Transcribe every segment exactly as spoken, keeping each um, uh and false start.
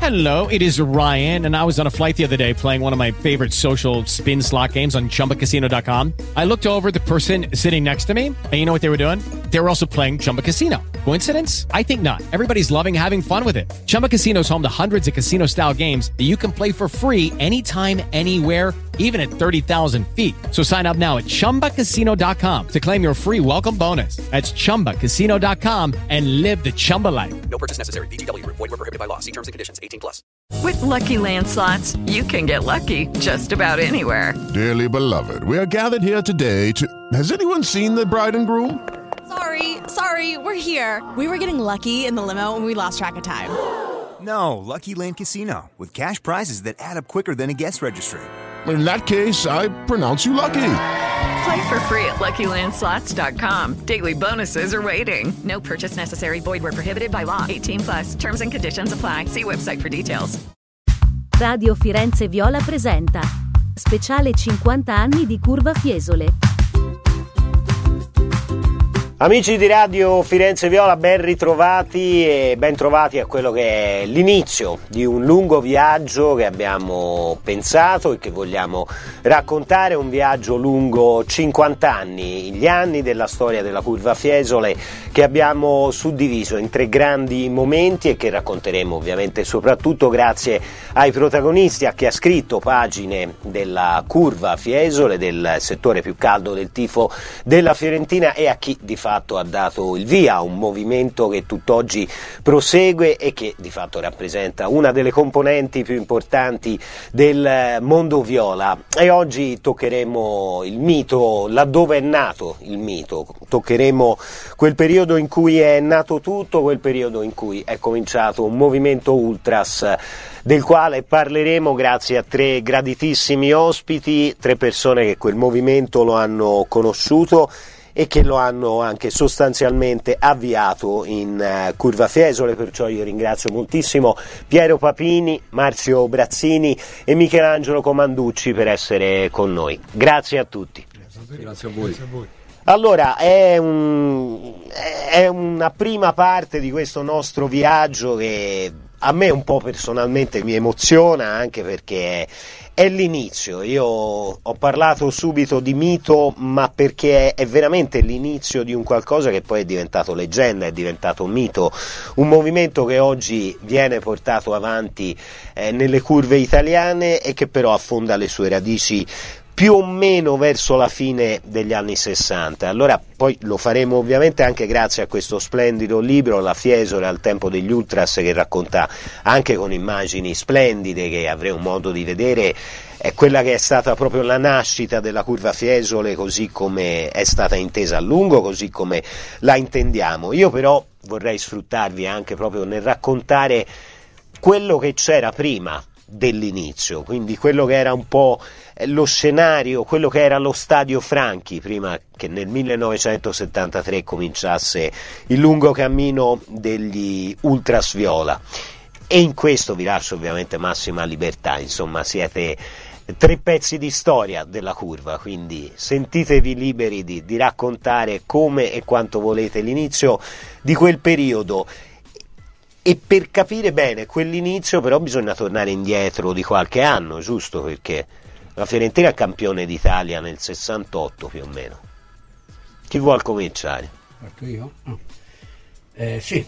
Hello, it is Ryan, and I was on a flight the other day playing one of my favorite social spin slot games on Chumba Casino dot com. I looked over at the person sitting next to me, and you know what they were doing? They were also playing Chumba Casino. Coincidence? I think not. Everybody's loving having fun with it. Chumba Casino is home to hundreds of casino-style games that you can play for free anytime, anywhere, even at thirty thousand feet. So sign up now at Chumba Casino dot com to claim your free welcome bonus. That's Chumba Casino dot com and live the Chumba life. No purchase necessary. V G W. Void where prohibited by law. See terms and conditions. eighteen plus. With Lucky Land Slots, you can get lucky just about anywhere. Dearly beloved, we are gathered here today to... Has anyone seen the bride and groom? Sorry, sorry, we're here. We were getting lucky in the limo and we lost track of time. No, Lucky Land Casino, with cash prizes that add up quicker than a guest registry. In that case, I pronounce you lucky. Play for free at Lucky Land Slots dot com. Daily bonuses are waiting. No purchase necessary. Void where prohibited by law. eighteen plus. Terms and conditions apply. See website for details. Radio Firenze Viola presenta Speciale cinquanta anni di Curva Fiesole. Amici di Radio Firenze Viola, ben ritrovati e ben trovati a quello che è l'inizio di un lungo viaggio che abbiamo pensato e che vogliamo raccontare, un viaggio lungo cinquanta anni, gli anni della storia della Curva Fiesole che abbiamo suddiviso in tre grandi momenti e che racconteremo ovviamente soprattutto grazie ai protagonisti, a chi ha scritto pagine della Curva Fiesole, del settore più caldo del tifo della Fiorentina e a chi di fatto ha dato il via a un movimento che tutt'oggi prosegue e che di fatto rappresenta una delle componenti più importanti del mondo viola. E oggi toccheremo il mito, laddove è nato il mito, toccheremo quel periodo in cui è nato tutto, quel periodo in cui è cominciato un movimento ultras del quale parleremo grazie a tre graditissimi ospiti, tre persone che quel movimento lo hanno conosciuto e che lo hanno anche sostanzialmente avviato in uh, Curva Fiesole, perciò io ringrazio moltissimo Piero Papini, Marzio Brazzini e Michelangelo Comanducci per essere con noi. Grazie a tutti. Grazie a voi. Grazie a voi. Allora, è, un, è una prima parte di questo nostro viaggio che a me un po' personalmente mi emoziona, anche perché è, è l'inizio. Io ho parlato subito di mito, ma perché è veramente l'inizio di un qualcosa che poi è diventato leggenda, è diventato mito, un movimento che oggi viene portato avanti eh, nelle curve italiane e che però affonda le sue radici più o meno verso la fine degli anni sessanta. Allora poi lo faremo ovviamente anche grazie a questo splendido libro, La Fiesole al tempo degli ultras, che racconta anche con immagini splendide che avremo modo di vedere è quella che è stata proprio la nascita della Curva Fiesole così come è stata intesa a lungo, così come la intendiamo. Io però vorrei sfruttarvi anche proprio nel raccontare quello che c'era prima dell'inizio, quindi quello che era un po' lo scenario, quello che era lo Stadio Franchi prima che nel millenovecentosettantatré cominciasse il lungo cammino degli ultras viola. E in questo vi lascio ovviamente massima libertà, insomma siete tre pezzi di storia della curva, quindi sentitevi liberi di, di raccontare come e quanto volete l'inizio di quel periodo. E per capire bene quell'inizio però bisogna tornare indietro di qualche anno, giusto? Perché la Fiorentina è campione d'Italia nel sessantotto più o meno. Chi vuol cominciare? Parto io? No. Eh, sì,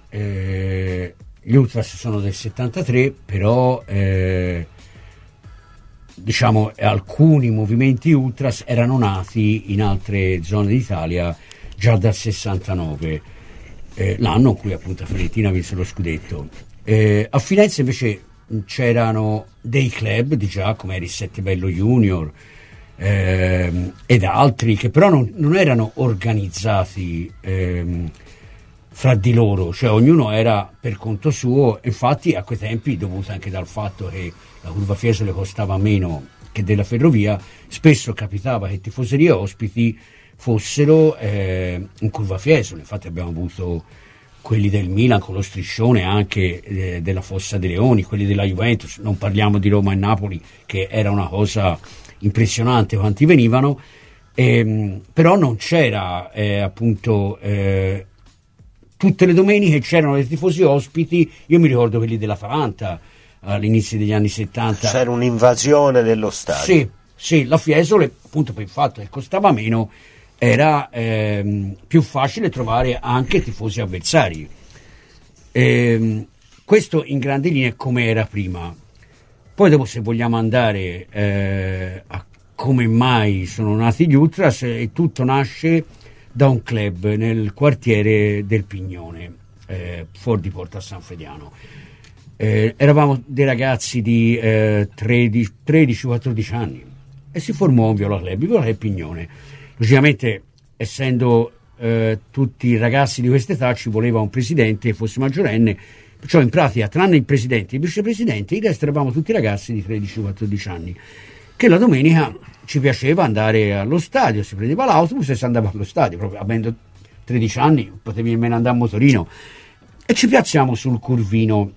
eh, gli ultras sono del settantatré, però eh, diciamo alcuni movimenti ultras erano nati in altre zone d'Italia già dal sessantanove. Eh, l'anno in cui appunto la Fiorentina vinse lo scudetto. Eh, a Firenze invece c'erano dei club di già come era il Settebello Junior ehm, ed altri che però non, non erano organizzati ehm, fra di loro, cioè ognuno era per conto suo. Infatti a quei tempi, dovuto anche dal fatto che la Curva Fiesole costava meno che della Ferrovia, spesso capitava che tifoserie e ospiti fossero eh, in Curva Fiesole. Infatti abbiamo avuto quelli del Milan con lo striscione anche eh, della Fossa dei Leoni, quelli della Juventus, non parliamo di Roma e Napoli che era una cosa impressionante quanti venivano, ehm, però non c'era eh, appunto eh, tutte le domeniche c'erano dei tifosi ospiti. Io mi ricordo quelli dell'Atalanta all'inizio degli anni settanta. C'era un'invasione dello stadio. Sì, sì, la Fiesole, appunto per il fatto che costava meno, era ehm, più facile trovare anche tifosi avversari. Ehm, questo in grandi linee come era prima. Poi dopo, se vogliamo andare eh, a come mai sono nati gli Ultras, e tutto nasce da un club nel quartiere del Pignone, eh, fuori di Porta San Frediano. Eh, eravamo dei ragazzi di eh, tredici quattordici anni e si formò un Viola Club, il Viola Club Pignone. Logicamente, essendo eh, tutti ragazzi di questa età, ci voleva un presidente che fosse maggiorenne, perciò in pratica, tranne il presidente e il vicepresidente, il resto eravamo tutti ragazzi di tredici quattordici anni, che la domenica ci piaceva andare allo stadio, si prendeva l'autobus e si andava allo stadio, proprio avendo tredici anni potevi nemmeno andare a motorino, e ci piazziamo sul curvino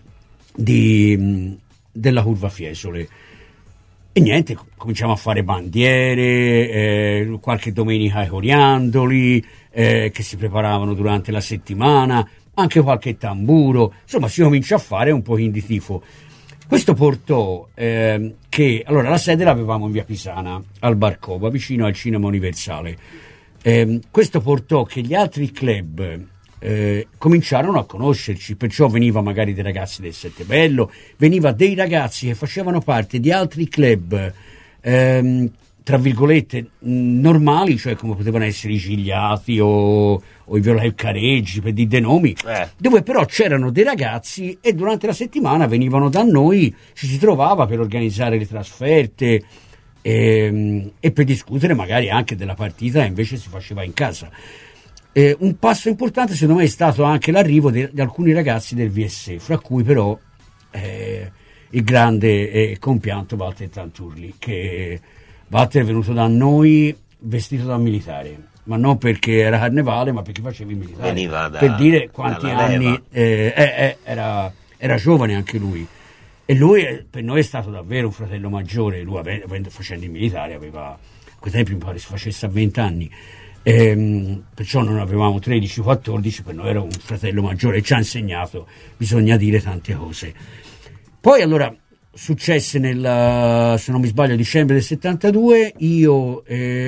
di, della curva Fiesole e niente, cominciamo a fare bandiere, eh, qualche domenica i coriandoli eh, che si preparavano durante la settimana, anche qualche tamburo, insomma si comincia a fare un pochino di tifo. Questo portò eh, che, allora, la sede l'avevamo in via Pisana, al Barcova, vicino al Cinema Universale. Eh, questo portò che gli altri club eh, cominciarono a conoscerci, perciò veniva magari dei ragazzi del Settebello, veniva dei ragazzi che facevano parte di altri club, ehm, tra virgolette, normali, cioè come potevano essere i Gigliati o, o i Viola Careggi, per dire dei nomi, eh. dove però c'erano dei ragazzi e durante la settimana venivano da noi, ci si trovava per organizzare le trasferte e, e per discutere magari anche della partita, e invece si faceva in casa. Eh, un passo importante secondo me è stato anche l'arrivo di, di alcuni ragazzi del V S, fra cui però eh, il grande e compianto Walter Tanturli, che Walter è venuto da noi vestito da militare, ma non perché era carnevale, ma perché faceva il militare. Veniva da, per dire quanti anni eh, eh, eh, era, era giovane anche lui. E lui per noi è stato davvero un fratello maggiore. Lui avendo, facendo il militare aveva, a quei tempi mi pare si facesse a venti anni, ehm, perciò non avevamo tredici quattordici, per noi era un fratello maggiore e ci ha insegnato, bisogna dire, tante cose. Poi allora successe nel, se non mi sbaglio, dicembre del settantadue, io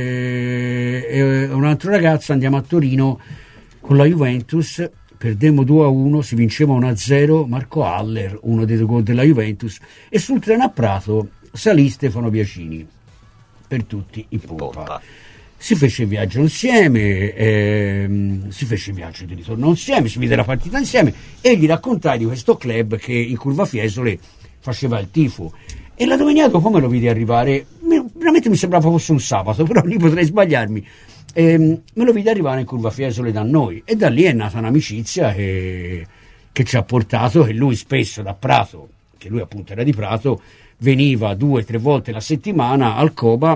e, e un altro ragazzo andiamo a Torino con la Juventus, perdemmo due a uno, si vinceva uno a zero, Marco Haller, uno dei due gol della Juventus, e sul treno a Prato salì Stefano Biagini, per tutti in pompa. Si fece il viaggio insieme, ehm, si fece il viaggio di ritorno insieme, si vide la partita insieme e gli raccontai di questo club che in curva Fiesole faceva il tifo, e la domenica dopo me lo vidi arrivare, veramente mi sembrava fosse un sabato, però lì potrei sbagliarmi, ehm, me lo vidi arrivare in curva Fiesole da noi, e da lì è nata un'amicizia che, che ci ha portato, che lui spesso da Prato, che lui appunto era di Prato, veniva due o tre volte la settimana al Coba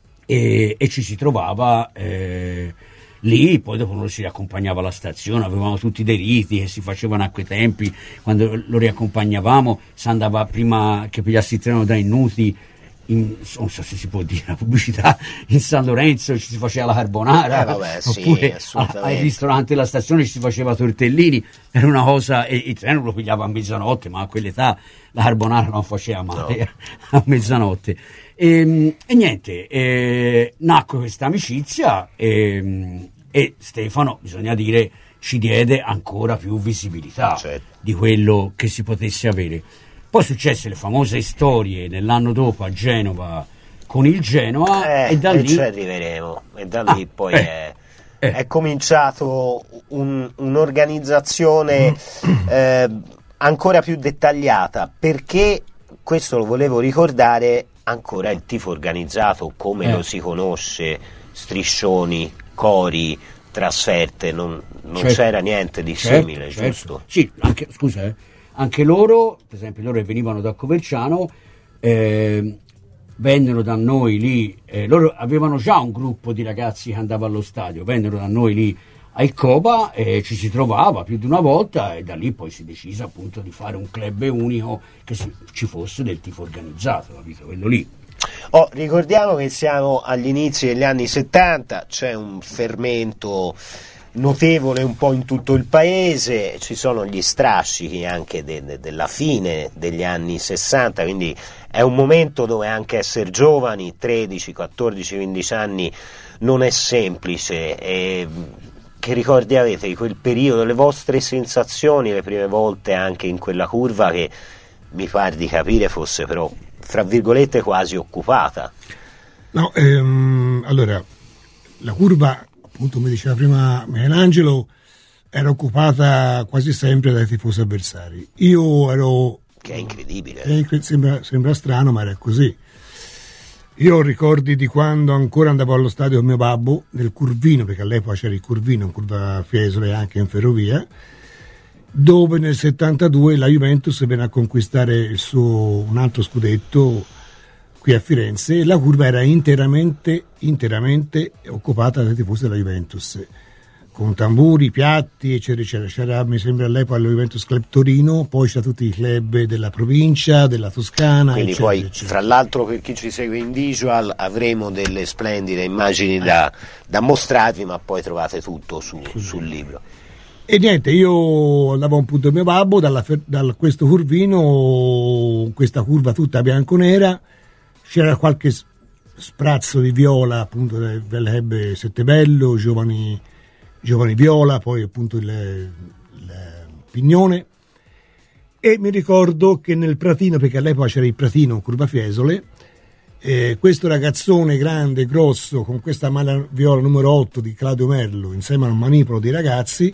e, e ci si trovava eh, lì. Poi dopo lo si riaccompagnava alla stazione, avevamo tutti dei riti che si facevano a quei tempi, quando lo riaccompagnavamo si andava, prima che pigliassi il treno da Innuti, in, non so se si può dire la pubblicità, in San Lorenzo ci si faceva la carbonara, eh, vabbè, oppure sì, al ristorante della stazione ci si faceva tortellini, era una cosa, e il treno lo pigliava a mezzanotte, ma a quell'età la carbonara non faceva male, no. A mezzanotte. E, e niente, e, nacque questa amicizia e, e Stefano, bisogna dire, ci diede ancora più visibilità, certo, di quello che si potesse avere. Poi successe le famose storie nell'anno dopo a Genova con il Genoa, eh, e da e lì ci arriveremo, e da lì ah, poi eh, è, eh. è cominciato un, un'organizzazione eh, ancora più dettagliata, perché questo lo volevo ricordare, ancora il tifo organizzato come eh. lo si conosce, striscioni, cori, trasferte, non, non certo, c'era niente di certo, simile, certo. giusto? Sì, anche, scusa, eh, anche loro, per esempio loro venivano da Coverciano, eh, vennero da noi lì, eh, loro avevano già un gruppo di ragazzi che andava allo stadio, vennero da noi lì al Coba e ci si trovava più di una volta, e da lì poi si decise appunto di fare un club unico, che si, ci fosse del tifo organizzato, capito? Quello lì. Oh, ricordiamo che siamo agli inizi degli anni settanta, c'è un fermento notevole un po' in tutto il paese, ci sono gli strascichi anche de, de, della fine degli anni sessanta, quindi è un momento dove anche essere giovani, tredici, quattordici, quindici anni, non è semplice. E che ricordi avete di quel periodo, le vostre sensazioni le prime volte anche in quella curva che mi pare di capire fosse però, fra virgolette, quasi occupata? No, ehm, allora, la curva, appunto come diceva prima Michelangelo, era occupata quasi sempre dai tifosi avversari. Io ero... Che è incredibile. È incre- sembra, sembra strano, ma era così. Io ho ricordi di quando ancora andavo allo stadio con mio babbo, nel Curvino, perché all'epoca c'era il Curvino, in curva Fiesole anche in ferrovia, dove nel settantadue la Juventus venne a conquistare il suo, un altro scudetto qui a Firenze, e la curva era interamente, interamente occupata dai tifosi della Juventus, con tamburi, piatti, eccetera, eccetera. C'era, mi sembra all'epoca, la Juventus Club Torino, poi c'era tutti i club della provincia, della Toscana. Quindi eccetera, poi, eccetera. Tra l'altro, per chi ci segue in visual, avremo delle splendide immagini da, da mostrarvi, ma poi trovate tutto su, sul libro. E niente, io andavo a un punto mio babbo, dalla, da questo curvino, questa curva tutta bianco-nera, c'era qualche sprazzo di viola, appunto del club Settebello, giovani, giovani viola, poi appunto il, il Pignone, e mi ricordo che nel pratino, perché all'epoca c'era il pratino curva Fiesole, eh, questo ragazzone grande, grosso, con questa maglia viola numero otto di Claudio Merlo, insieme a un manipolo di ragazzi,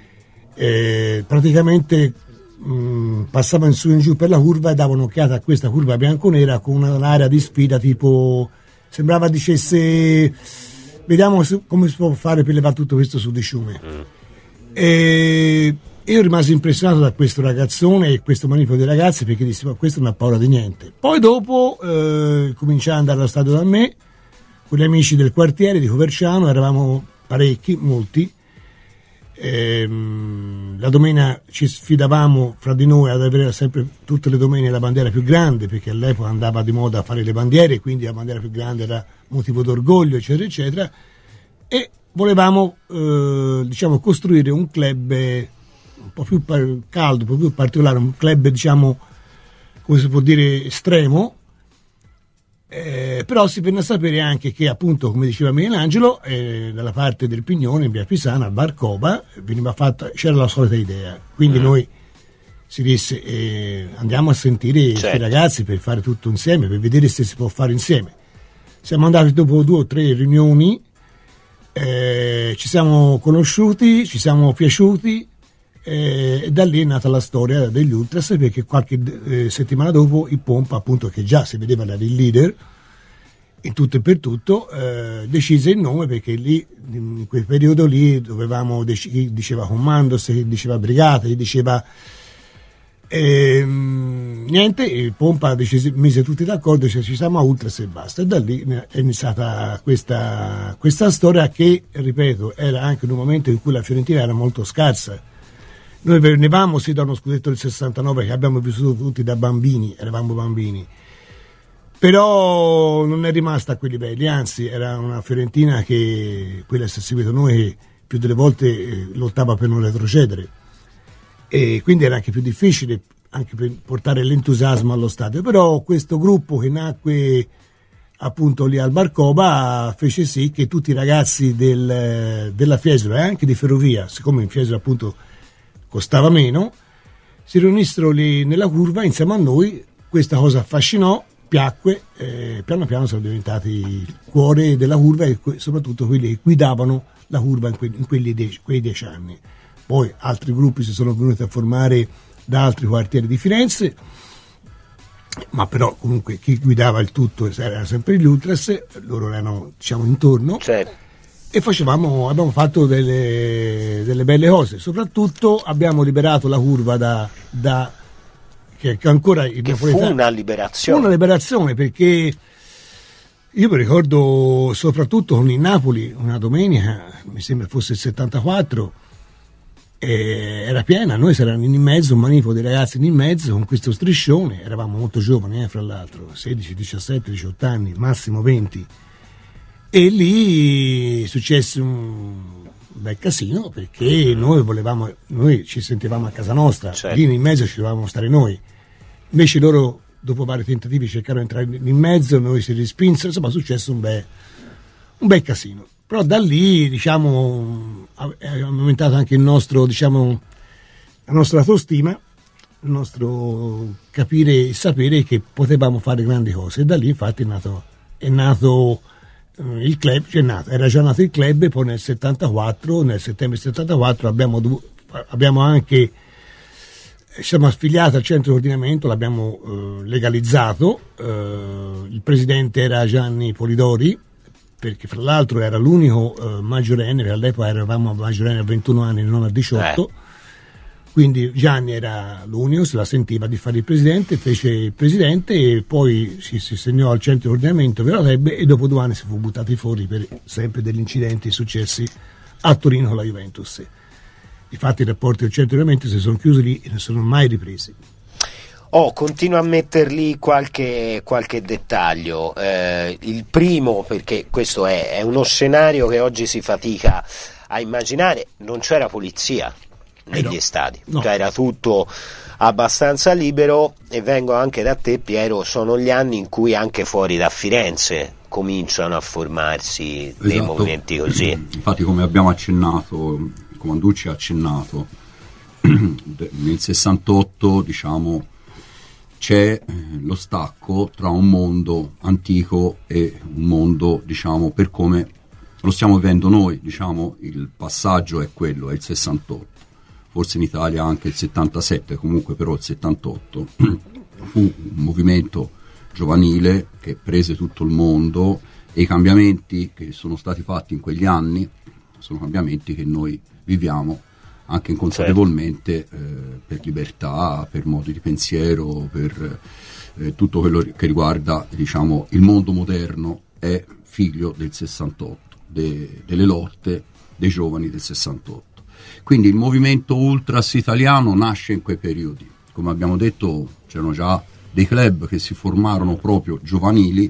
eh, praticamente mh, passavano in su e in giù per la curva e davano un'occhiata a questa curva bianconera con una, un'area di sfida, tipo sembrava dicesse vediamo su, come si può fare per levare tutto questo su di Ciume. mm. E io rimasi impressionato da questo ragazzone e questo manipolo di ragazzi, perché dissi ma questo non ha paura di niente. Poi dopo eh, cominciai ad andare allo stadio da me con gli amici del quartiere di Coverciano, eravamo parecchi, molti. Ehm, la domenica ci sfidavamo fra di noi ad avere sempre tutte le domeniche la bandiera più grande, perché all'epoca andava di moda a fare le bandiere, quindi la bandiera più grande era motivo d'orgoglio, eccetera eccetera, e volevamo eh, diciamo costruire un club un po' più par- caldo, un po' più particolare, un club diciamo come si può dire estremo. Eh, però si venne a sapere anche che, appunto, come diceva Michelangelo, eh, dalla parte del Pignone, in via Pisana, a Barcova, veniva fatta, c'era la solita idea. Quindi mm. noi si disse eh, andiamo a sentire questi certo. ragazzi per fare tutto insieme, per vedere se si può fare insieme. Siamo andati dopo due o tre riunioni, eh, ci siamo conosciuti, ci siamo piaciuti, eh, e da lì è nata la storia degli Ultras, perché qualche eh, settimana dopo il Pompa, appunto, che già si vedeva era il leader in tutto e per tutto, eh, decise il nome, perché lì in quel periodo lì dovevamo dec- chi diceva Commandos, chi diceva Brigata, chi diceva ehm, niente, il Pompa decise, mise tutti d'accordo, cioè ci siamo a Ultras e basta, e da lì è iniziata questa, questa storia che, ripeto, era anche in un momento in cui la Fiorentina era molto scarsa. Noi venivamo sì da uno scudetto del sessantanove che abbiamo vissuto tutti da bambini, eravamo bambini, però non è rimasta a quei livelli, anzi era una Fiorentina che, quella che si vede noi, più delle volte eh, lottava per non retrocedere, e quindi era anche più difficile anche per portare l'entusiasmo allo stadio. Però questo gruppo che nacque appunto lì al Barcova fece sì che tutti i ragazzi del, della Fiesole e anche di Ferrovia, siccome in Fiesole appunto costava meno, si riunissero lì nella curva insieme a noi. Questa cosa affascinò, piacque, eh, piano piano sono diventati il cuore della curva e que- soprattutto quelli che guidavano la curva in, que- in quelli de- quei dieci anni. Poi altri gruppi si sono venuti a formare da altri quartieri di Firenze, ma però comunque chi guidava il tutto era sempre gli Ultras, loro erano diciamo intorno. Certo. E facevamo, abbiamo fatto delle, delle belle cose, soprattutto abbiamo liberato la curva da, da che, che ancora il che fu una liberazione. Fu una liberazione, perché io mi ricordo soprattutto con il Napoli una domenica, mi sembra fosse il settantaquattro, eh, era piena, noi c'erano in mezzo, un manipolo di ragazzi in mezzo con questo striscione, eravamo molto giovani eh, fra l'altro, sedici, diciassette, diciotto anni, massimo venti. E lì successe un un bel casino, perché noi volevamo, noi ci sentivamo a casa nostra, certo. Lì in mezzo ci dovevamo stare noi, invece loro dopo vari tentativi cercarono di entrare in mezzo, noi si respinsero, insomma è successo un bel, un bel casino. Però da lì, diciamo, è aumentato anche il nostro, diciamo, la nostra autostima, il nostro capire e sapere che potevamo fare grandi cose, e da lì infatti è nato, è nato eh, il club, cioè è nato, era già nato il club, e poi nel settantaquattro, nel settembre settantaquattro abbiamo, abbiamo anche, siamo affiliati al centro di coordinamento, l'abbiamo eh, legalizzato, eh, il presidente era Gianni Polidori, perché fra l'altro era l'unico eh, maggiorenne, perché all'epoca eravamo maggiorenni a ventuno anni, non a diciotto, eh. Quindi Gianni era l'unico, se la sentiva di fare il presidente, fece il presidente e poi si, si segnò al centro di coordinamento per la T E B, e dopo due anni si fu buttati fuori per sempre degli incidenti successi a Torino con la Juventus. Infatti i rapporti del centro di coordinamento si sono chiusi lì e non sono mai ripresi. Oh, continuo a metterli qualche, qualche dettaglio. Eh, il primo, perché questo è, è uno scenario che oggi si fatica a immaginare, non c'era polizia negli eh no. stadi, no. Cioè era tutto abbastanza libero, e vengo anche da te, Piero, sono gli anni in cui anche fuori da Firenze cominciano a formarsi esatto. dei movimenti così. Infatti, come abbiamo accennato, il Comanducci ha accennato, nel sessantotto, diciamo, c'è lo stacco tra un mondo antico e un mondo, diciamo, per come lo stiamo vivendo noi, diciamo, il passaggio è quello, è il sessantotto. Forse in Italia anche il settantasette, comunque però il settantotto fu un movimento giovanile che prese tutto il mondo, e i cambiamenti che sono stati fatti in quegli anni sono cambiamenti che noi viviamo anche inconsapevolmente, eh, per libertà, per modi di pensiero, per eh, tutto quello che riguarda, diciamo, il mondo moderno è figlio del sessantotto, de, delle lotte dei giovani del sessantotto. Quindi il movimento ultras italiano nasce in quei periodi. Come abbiamo detto, c'erano già dei club che si formarono proprio giovanili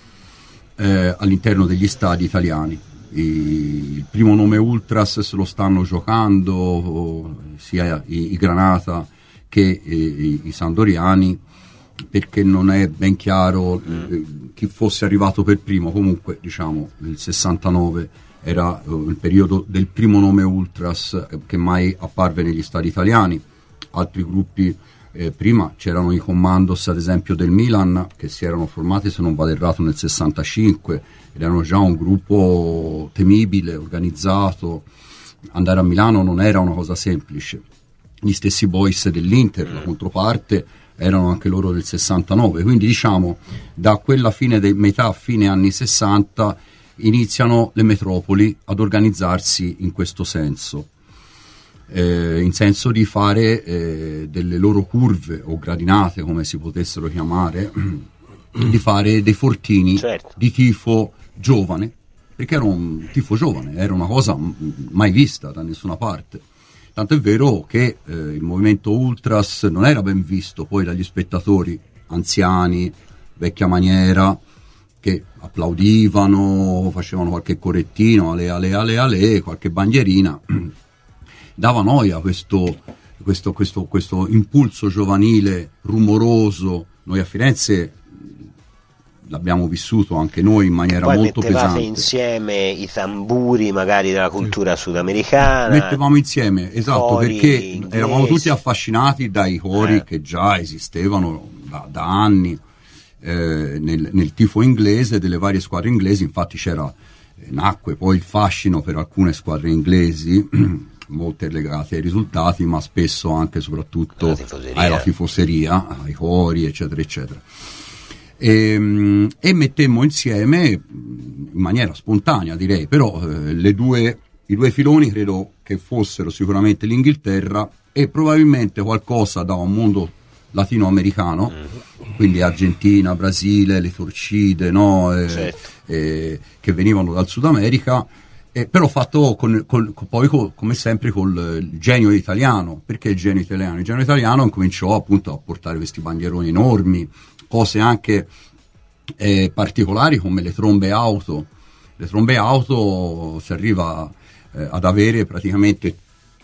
eh, all'interno degli stadi italiani. I, il primo nome ultras se lo stanno giocando sia i, i Granata che i, i Sandoriani, perché non è ben chiaro eh, chi fosse arrivato per primo. Comunque, diciamo, il sessantanove era uh, il periodo del primo nome ultras eh, che mai apparve negli stadi italiani. Altri gruppi eh, prima c'erano i Commandos, ad esempio, del Milan, che si erano formati, se non vado errato, nel sessantacinque, ed erano già un gruppo temibile, organizzato. Andare a Milano non era una cosa semplice. Gli stessi Boys dell'Inter, la controparte, erano anche loro del sessantanove. Quindi, diciamo, da quella fine de- metà fine anni sessanta iniziano le metropoli ad organizzarsi in questo senso, eh, in senso di fare eh, delle loro curve o gradinate, come si potessero chiamare, di fare dei fortini, certo, di tifo giovane, perché era un tifo giovane, era una cosa mai vista da nessuna parte. Tanto è vero che eh, il movimento ultras non era ben visto poi dagli spettatori anziani, vecchia maniera, che applaudivano, facevano qualche correttino, ale, ale, ale, ale, qualche bandierina, dava noia questo, questo, questo, questo impulso giovanile, rumoroso. Noi a Firenze l'abbiamo vissuto anche noi in maniera poi molto pesante. Mettevate insieme i tamburi magari della cultura sì. sudamericana. Mettevamo insieme, esatto, perché inglesi. Eravamo tutti affascinati dai cori eh. che già esistevano da, da anni. Eh, nel, nel tifo inglese delle varie squadre inglesi. Infatti c'era eh, nacque poi il fascino per alcune squadre inglesi molte legate ai risultati, ma spesso anche e soprattutto alla tifoseria. alla tifoseria, ai cori, eccetera eccetera, e, e mettemmo insieme in maniera spontanea, direi, però eh, le due, i due filoni credo che fossero sicuramente l'Inghilterra e probabilmente qualcosa da un mondo latinoamericano, mm-hmm. quindi Argentina, Brasile, le Torcide, no? eh, certo. eh, che venivano dal Sud America, eh, però fatto con, con, con, poi con, come sempre col genio italiano. Perché il genio italiano? Il genio italiano incominciò appunto a portare questi bandieroni enormi, cose anche eh, particolari come le trombe auto. Le trombe auto si arriva eh, ad avere praticamente,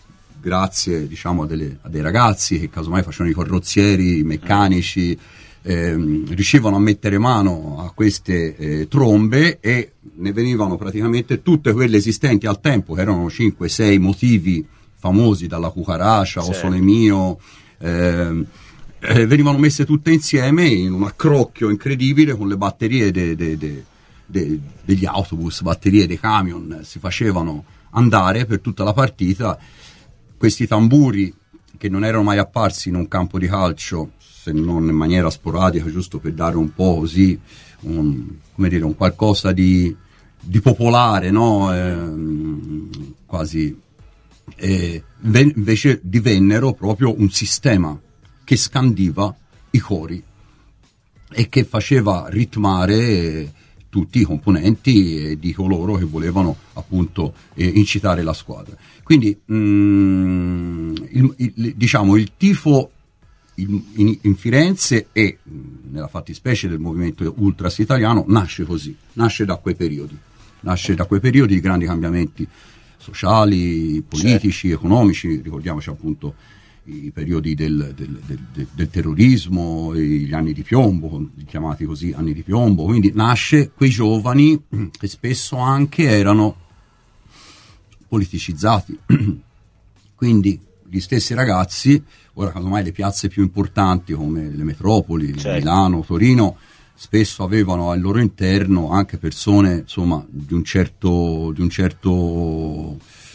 grazie diciamo a, delle, a dei ragazzi che casomai facevano i carrozzieri, i meccanici, ehm, riuscivano a mettere mano a queste eh, trombe, e ne venivano praticamente tutte quelle esistenti al tempo, che erano cinque sei motivi famosi, dalla Cucaracia, certo. O Sole Mio, ehm, eh, venivano messe tutte insieme in un accrocchio incredibile, con le batterie de, de, de, de, degli autobus, batterie dei camion, si facevano andare per tutta la partita. Questi tamburi, che non erano mai apparsi in un campo di calcio, se non in maniera sporadica, giusto per dare un po' così un, come dire, un qualcosa di, di popolare, no? Eh, quasi eh, ven- invece divennero proprio un sistema che scandiva i cori e che faceva ritmare tutti i componenti di coloro che volevano appunto eh, incitare la squadra. Quindi mh, il, il, diciamo il tifo in, in, in Firenze e nella fattispecie del movimento ultras italiano nasce così, nasce da quei periodi, nasce da quei periodi di grandi cambiamenti sociali, politici, certo. economici. Ricordiamoci appunto i periodi del, del, del, del, del terrorismo, gli anni di piombo, chiamati così anni di piombo. Quindi nasce quei giovani che spesso anche erano politicizzati, quindi gli stessi ragazzi, ora casomai le piazze più importanti come le metropoli, certo. Milano, Torino, spesso avevano al loro interno anche persone insomma di un certo di un certo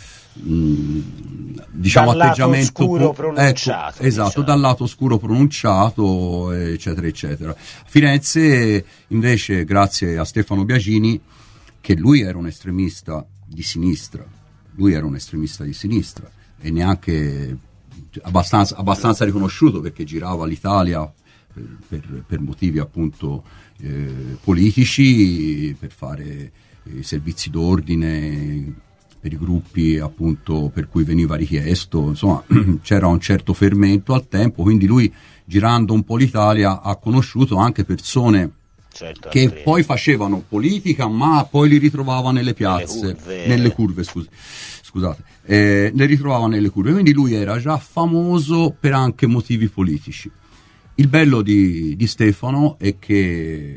mh, diciamo dal atteggiamento lato scuro po- pronunciato, ecco, esatto, diciamo. dal lato scuro pronunciato, eccetera eccetera. A Firenze invece, grazie a Stefano Biagini, che lui era un estremista di sinistra, lui era un estremista di sinistra e neanche abbastanza, abbastanza riconosciuto, perché girava l'Italia per, per, per motivi appunto eh, politici, per fare eh, servizi d'ordine per i gruppi appunto per cui veniva richiesto, insomma c'era un certo fermento al tempo, quindi lui, girando un po' l'Italia, ha conosciuto anche persone certo, che Andrea. poi facevano politica, ma poi li ritrovava nelle piazze, nelle curve, nelle curve scusi, scusate, eh, le ritrovava nelle curve, quindi lui era già famoso per anche motivi politici. Il bello di, di Stefano è che,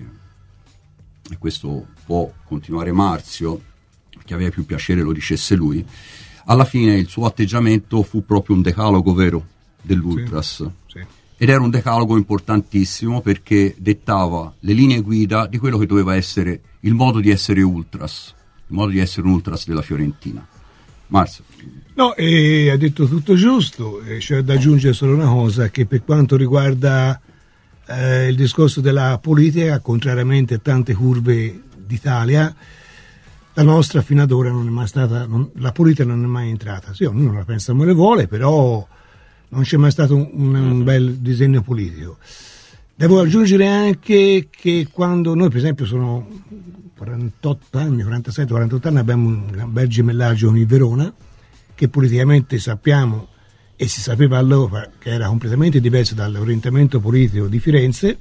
e questo può continuare Marzio, che aveva più piacere lo dicesse lui, alla fine il suo atteggiamento fu proprio un decalogo vero dell'Ultras. Sì, sì. Ed era un decalogo importantissimo, perché dettava le linee guida di quello che doveva essere il modo di essere Ultras, il modo di essere un Ultras della Fiorentina. Marzio. No, eh, ha detto tutto giusto, eh, c'è da aggiungere solo una cosa, che per quanto riguarda eh, il discorso della politica, contrariamente a tante curve d'Italia, la nostra fino ad ora non è mai stata, non, la politica non è mai entrata. Sì, ognuno la pensa come le vuole, però non c'è mai stato un, un, un bel disegno politico. Devo aggiungere anche che quando noi, per esempio, sono quarantotto anni, quarantasette quarantotto anni, abbiamo un bel gemellaggio con il Verona, che politicamente sappiamo e si sapeva allora che era completamente diverso dall'orientamento politico di Firenze.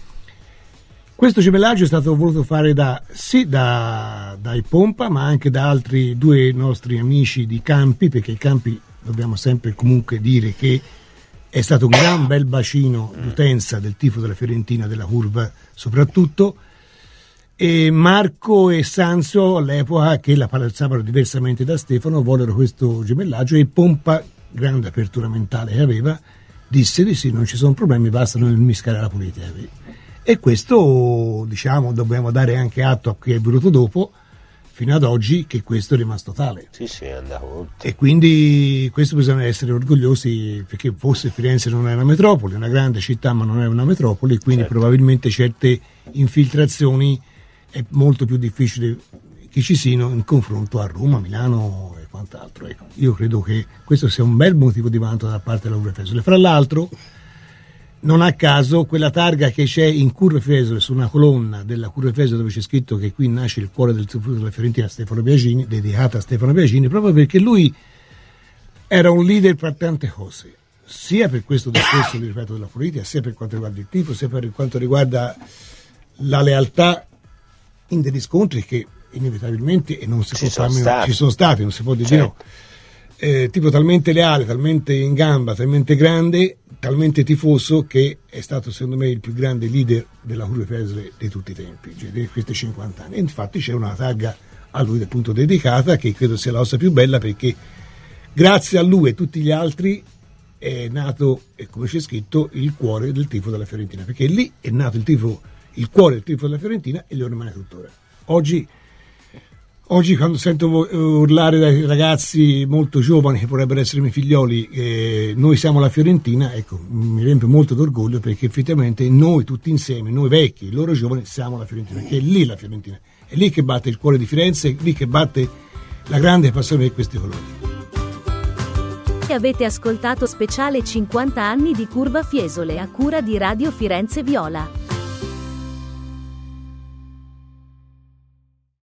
Questo gemellaggio è stato voluto fare da, sì da, dai Pompa, ma anche da altri due nostri amici di Campi, perché i Campi, dobbiamo sempre comunque dire che è stato un gran bel bacino d'utenza del tifo della Fiorentina, della curva soprattutto, e Marco e Sanzio all'epoca, che la palazzavano diversamente da Stefano, vollero questo gemellaggio, e Pompa, grande apertura mentale che aveva, disse di sì, non ci sono problemi, basta non mischiare la politica. E questo, diciamo, dobbiamo dare anche atto a chi è venuto dopo, fino ad oggi, che questo è rimasto tale. Sì, sì, è andato oltre. E quindi questo bisogna essere orgogliosi, perché forse Firenze non è una metropoli, è una grande città ma non è una metropoli, quindi certo. Probabilmente certe infiltrazioni è molto più difficile che ci siano in confronto a Roma, Milano e quant'altro. Ecco, io credo che questo sia un bel motivo di vanto da parte della Curva Fiesole. Fra l'altro, non a caso quella targa che c'è in Curva Fiesole, su una colonna della Curva Fiesole, dove c'è scritto che qui nasce il cuore del futuro della Fiorentina, Stefano Biagini, dedicata a Stefano Biagini, proprio perché lui era un leader per tante cose, sia per questo discorso, vi ripeto, della politica, sia per quanto riguarda il tifo, sia per quanto riguarda la lealtà in degli scontri che inevitabilmente, e non si Ci può sono farne- stati. ci sono stati, non si può dire Certo. no. Eh, tipo talmente leale, talmente in gamba, talmente grande, talmente tifoso, che è stato secondo me il più grande leader della Curva Pesle di tutti i tempi, cioè di questi cinquanta anni. E infatti c'è una tagga a lui appunto dedicata, che credo sia la cosa più bella, perché grazie a lui e tutti gli altri è nato, e come c'è scritto, il cuore del tifo della Fiorentina, perché lì è nato il tifo, il cuore del tifo della Fiorentina, e lo rimane tuttora. Oggi Oggi quando sento urlare dai ragazzi molto giovani, che potrebbero essere i miei figlioli, eh, noi siamo la Fiorentina, ecco, mi riempie molto d'orgoglio, perché effettivamente noi tutti insieme, noi vecchi, loro giovani, siamo la Fiorentina, perché è lì la Fiorentina, è lì che batte il cuore di Firenze, è lì che batte la grande passione per questi colori. E avete ascoltato Speciale cinquanta anni di Curva Fiesole a cura di Radio Firenze Viola.